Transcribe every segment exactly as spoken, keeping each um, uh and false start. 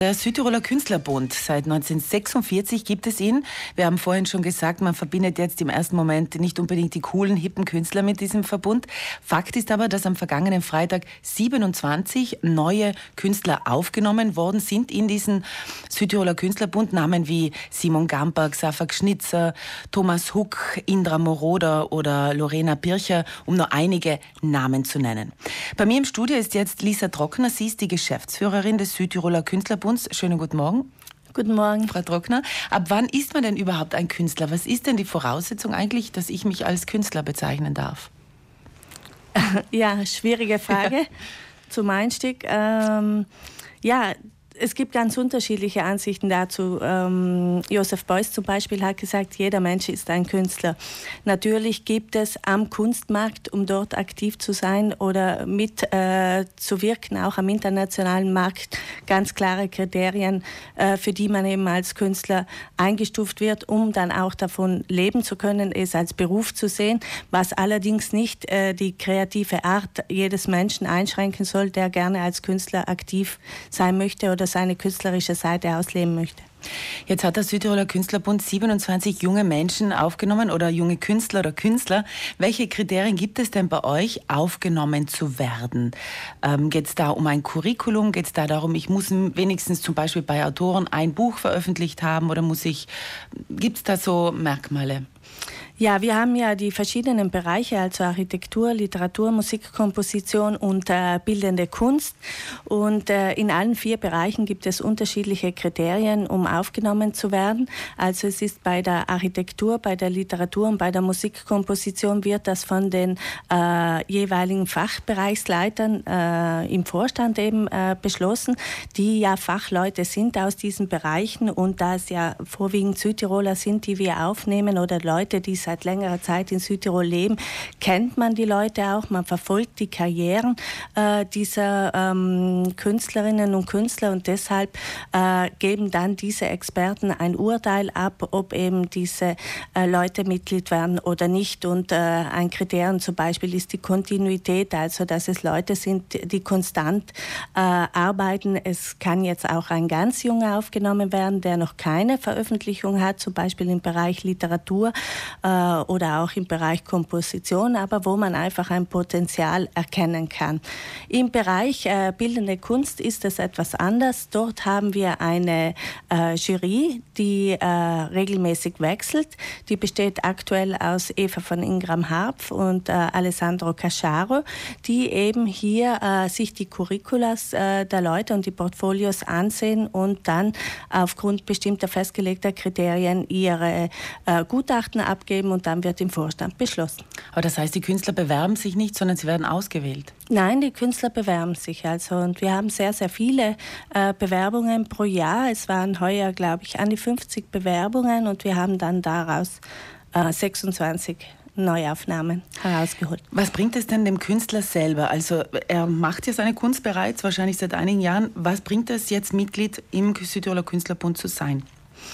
Der Südtiroler Künstlerbund, seit neunzehnhundertsechsundvierzig gibt es ihn. Wir haben vorhin schon gesagt, man verbindet jetzt im ersten Moment nicht unbedingt die coolen, hippen Künstler mit diesem Verbund. Fakt ist aber, dass am vergangenen Freitag siebenundzwanzig neue Künstler aufgenommen worden sind in diesen Südtiroler Künstlerbund. Namen wie Simon Gamper, Xafak Schnitzer, Thomas Huck, Indra Moroder oder Lorena Pircher, um nur einige Namen zu nennen. Bei mir im Studio ist jetzt Lisa Trockner. Sie ist die Geschäftsführerin des Südtiroler Künstlerbunds. Schönen guten Morgen. Guten Morgen. Frau Trockner, ab wann ist man denn überhaupt ein Künstler? Was ist denn die Voraussetzung eigentlich, dass ich mich als Künstler bezeichnen darf? Ja, schwierige Frage ja. Zum Einstieg. Ähm, ja, es gibt ganz unterschiedliche Ansichten dazu. Ähm, Joseph Beuys zum Beispiel hat gesagt, jeder Mensch ist ein Künstler. Natürlich gibt es am Kunstmarkt, um dort aktiv zu sein oder mit äh, zu wirken, auch am internationalen Markt, ganz klare Kriterien, äh, für die man eben als Künstler eingestuft wird, um dann auch davon leben zu können, es als Beruf zu sehen, was allerdings nicht äh, die kreative Art jedes Menschen einschränken soll, der gerne als Künstler aktiv sein möchte oder seine künstlerische Seite ausleben möchte. Jetzt hat der Südtiroler Künstlerbund siebenundzwanzig junge Menschen aufgenommen oder junge Künstler oder Künstler. Welche Kriterien gibt es denn bei euch, aufgenommen zu werden? Ähm, geht es da um ein Curriculum? Geht es da darum, ich muss wenigstens zum Beispiel bei Autoren ein Buch veröffentlicht haben oder muss ich, gibt es da so Merkmale? Ja, wir haben ja die verschiedenen Bereiche, also Architektur, Literatur, Musikkomposition und äh, bildende Kunst. Und äh, in allen vier Bereichen gibt es unterschiedliche Kriterien, um aufgenommen zu werden. Also es ist bei der Architektur, bei der Literatur und bei der Musikkomposition wird das von den äh, jeweiligen Fachbereichsleitern äh, im Vorstand eben äh, beschlossen, die ja Fachleute sind aus diesen Bereichen. Und da es ja vorwiegend Südtiroler sind, die wir aufnehmen oder Leute, die seit längerer Zeit in Südtirol leben, kennt man die Leute auch, man verfolgt die Karrieren äh, dieser ähm, Künstlerinnen und Künstler und deshalb äh, geben dann diese Experten ein Urteil ab, ob eben diese äh, Leute Mitglied werden oder nicht. Und äh, ein Kriterium zum Beispiel ist die Kontinuität, also dass es Leute sind, die konstant äh, arbeiten. Es kann jetzt auch ein ganz Junger aufgenommen werden, der noch keine Veröffentlichung hat, zum Beispiel im Bereich Literatur äh, oder auch im Bereich Komposition, aber wo man einfach ein Potenzial erkennen kann. Im Bereich äh, bildende Kunst ist es etwas anders. Dort haben wir eine äh, Jury, die äh, regelmäßig wechselt. Die besteht aktuell aus Eva von Ingram-Harpf und äh, Alessandro Casciaro, die eben hier äh, sich die Curriculas äh, der Leute und die Portfolios ansehen und dann aufgrund bestimmter festgelegter Kriterien ihre äh, Gutachten abgeben und dann wird im Vorstand beschlossen. Aber das heißt, die Künstler bewerben sich nicht, sondern sie werden ausgewählt? Nein, die Künstler bewerben sich also und wir haben sehr, sehr viele äh, Bewerbungen pro Jahr. Es waren heuer, glaube ich, an die fünfzig Bewerbungen und wir haben dann daraus äh, sechsundzwanzig Neuaufnahmen herausgeholt. Was bringt es denn dem Künstler selber? Also er macht ja seine Kunst bereits, wahrscheinlich seit einigen Jahren. Was bringt es jetzt, Mitglied im Südtiroler Künstlerbund zu sein?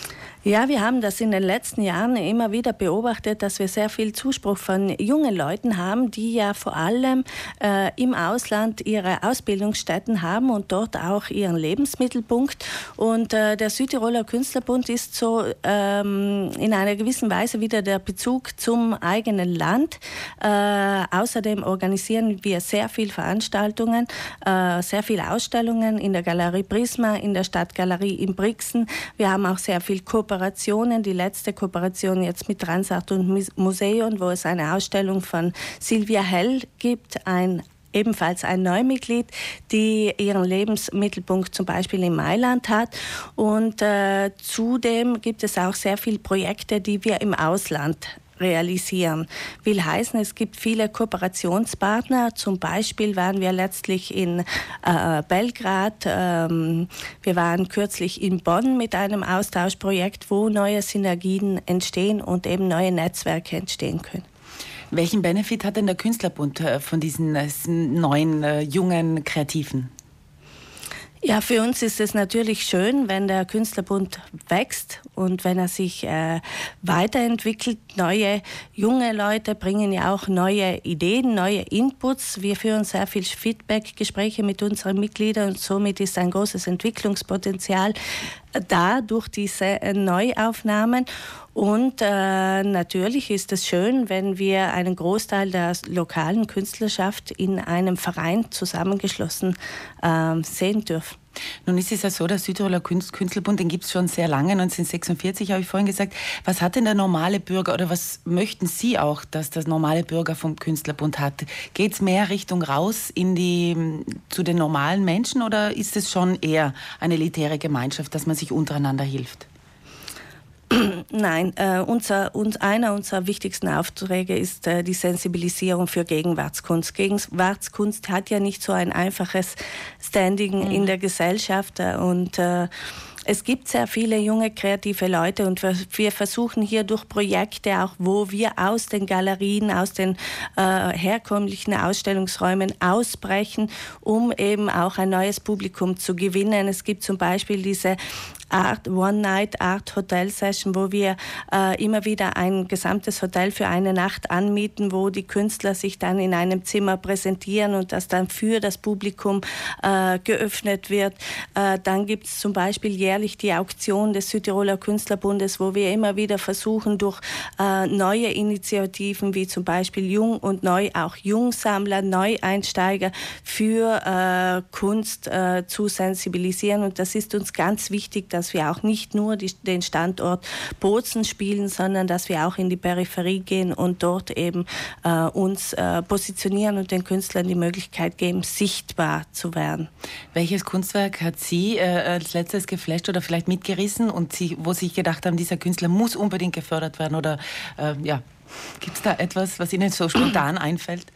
Ja, wir haben das in den letzten Jahren immer wieder beobachtet, dass wir sehr viel Zuspruch von jungen Leuten haben, die ja vor allem äh, im Ausland ihre Ausbildungsstätten haben und dort auch ihren Lebensmittelpunkt. Und äh, der Südtiroler Künstlerbund ist so ähm, in einer gewissen Weise wieder der Bezug zum eigenen Land. Äh, außerdem organisieren wir sehr viele Veranstaltungen, äh, sehr viele Ausstellungen in der Galerie Prisma, in der Stadtgalerie in Brixen. Wir haben auch sehr viel Kooperationen. Die letzte Kooperation jetzt mit Transart und Museum, wo es eine Ausstellung von Silvia Hell gibt, ein ebenfalls ein Neumitglied, die ihren Lebensmittelpunkt zum Beispiel in Mailand hat. Und äh, zudem gibt es auch sehr viele Projekte, die wir im Ausland realisieren. Will heißen, es gibt viele Kooperationspartner. Zum Beispiel waren wir letztlich in äh, Belgrad. Ähm, wir waren kürzlich in Bonn mit einem Austauschprojekt, wo neue Synergien entstehen und eben neue Netzwerke entstehen können. Welchen Benefit hat denn der Künstlerbund von diesen neuen, jungen Kreativen? Ja, für uns ist es natürlich schön, wenn der Künstlerbund wächst und wenn er sich äh, weiterentwickelt. Neue, junge Leute bringen ja auch neue Ideen, neue Inputs. Wir führen sehr viel Feedback-Gespräche mit unseren Mitgliedern und somit ist ein großes Entwicklungspotenzial da durch diese Neuaufnahmen. Und äh, natürlich ist es schön, wenn wir einen Großteil der lokalen Künstlerschaft in einem Verein zusammengeschlossen äh, sehen dürfen. Nun ist es ja so, der Südtiroler Künstlerbund, den gibt es schon sehr lange, neunzehnhundertsechsundvierzig habe ich vorhin gesagt. Was hat denn der normale Bürger oder was möchten Sie auch, dass das normale Bürger vom Künstlerbund hat? Geht es mehr Richtung raus in die, zu den normalen Menschen oder ist es schon eher eine elitäre Gemeinschaft, dass man sich untereinander hilft? Nein, äh, unser, uns, einer unserer wichtigsten Aufträge ist äh, die Sensibilisierung für Gegenwartskunst. Gegenwartskunst hat ja nicht so ein einfaches Standing mhm. in der Gesellschaft äh, und äh, es gibt sehr viele junge, kreative Leute und wir versuchen hier durch Projekte auch, wo wir aus den Galerien, aus den äh, herkömmlichen Ausstellungsräumen ausbrechen, um eben auch ein neues Publikum zu gewinnen. Es gibt zum Beispiel diese Art One-Night Art Hotel Session, wo wir äh, immer wieder ein gesamtes Hotel für eine Nacht anmieten, wo die Künstler sich dann in einem Zimmer präsentieren und das dann für das Publikum äh, geöffnet wird. Äh, dann gibt es zum Beispiel jährlich die Auktion des Südtiroler Künstlerbundes, wo wir immer wieder versuchen, durch äh, neue Initiativen wie zum Beispiel Jung und Neu, auch Jungsammler, Neueinsteiger für äh, Kunst äh, zu sensibilisieren. Und das ist uns ganz wichtig, dass wir auch nicht nur die, den Standort Bozen spielen, sondern dass wir auch in die Peripherie gehen und dort eben äh, uns äh, positionieren und den Künstlern die Möglichkeit geben, sichtbar zu werden. Welches Kunstwerk hat Sie äh, als letztes geflasht oder vielleicht mitgerissen und Sie, wo Sie gedacht haben, dieser Künstler muss unbedingt gefördert werden? Oder äh, ja, gibt es da etwas, was Ihnen so spontan einfällt?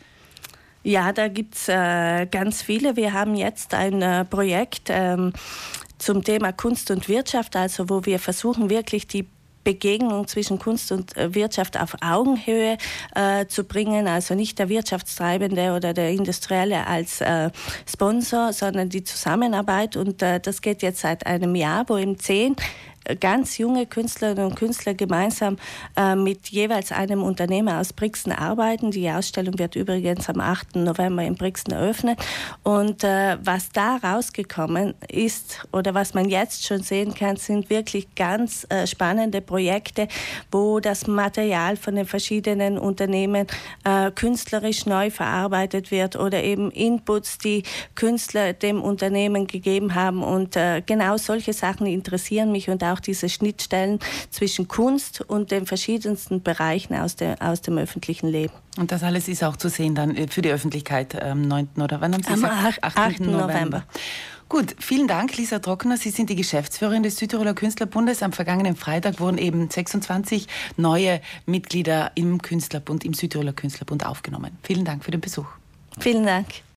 Ja, da gibt es äh, ganz viele. Wir haben jetzt ein äh, Projekt ähm, zum Thema Kunst und Wirtschaft, also wo wir versuchen, wirklich die Begegnung zwischen Kunst und Wirtschaft auf Augenhöhe äh, zu bringen, also nicht der Wirtschaftstreibende oder der Industrielle als äh, Sponsor, sondern die Zusammenarbeit. Und äh, das geht jetzt seit einem Jahr, wo eben zehn ganz junge Künstlerinnen und Künstler gemeinsam äh, mit jeweils einem Unternehmer aus Brixen arbeiten. Die Ausstellung wird übrigens am achten November in Brixen eröffnet. Und äh, was da rausgekommen ist oder was man jetzt schon sehen kann, sind wirklich ganz äh, spannende Projekte, wo das Material von den verschiedenen Unternehmen äh, künstlerisch neu verarbeitet wird oder eben Inputs, die Künstler dem Unternehmen gegeben haben. Und äh, genau solche Sachen interessieren mich und auch diese Schnittstellen zwischen Kunst und den verschiedensten Bereichen aus, der, aus dem öffentlichen Leben. Und das alles ist auch zu sehen dann für die Öffentlichkeit am neunten oder wann haben Sie am gesagt? achten November. Gut, vielen Dank, Lisa Trockner. Sie sind die Geschäftsführerin des Südtiroler Künstlerbundes. Am vergangenen Freitag wurden eben sechsundzwanzig neue Mitglieder im Künstlerbund, im Südtiroler Künstlerbund aufgenommen. Vielen Dank für den Besuch. Vielen Dank.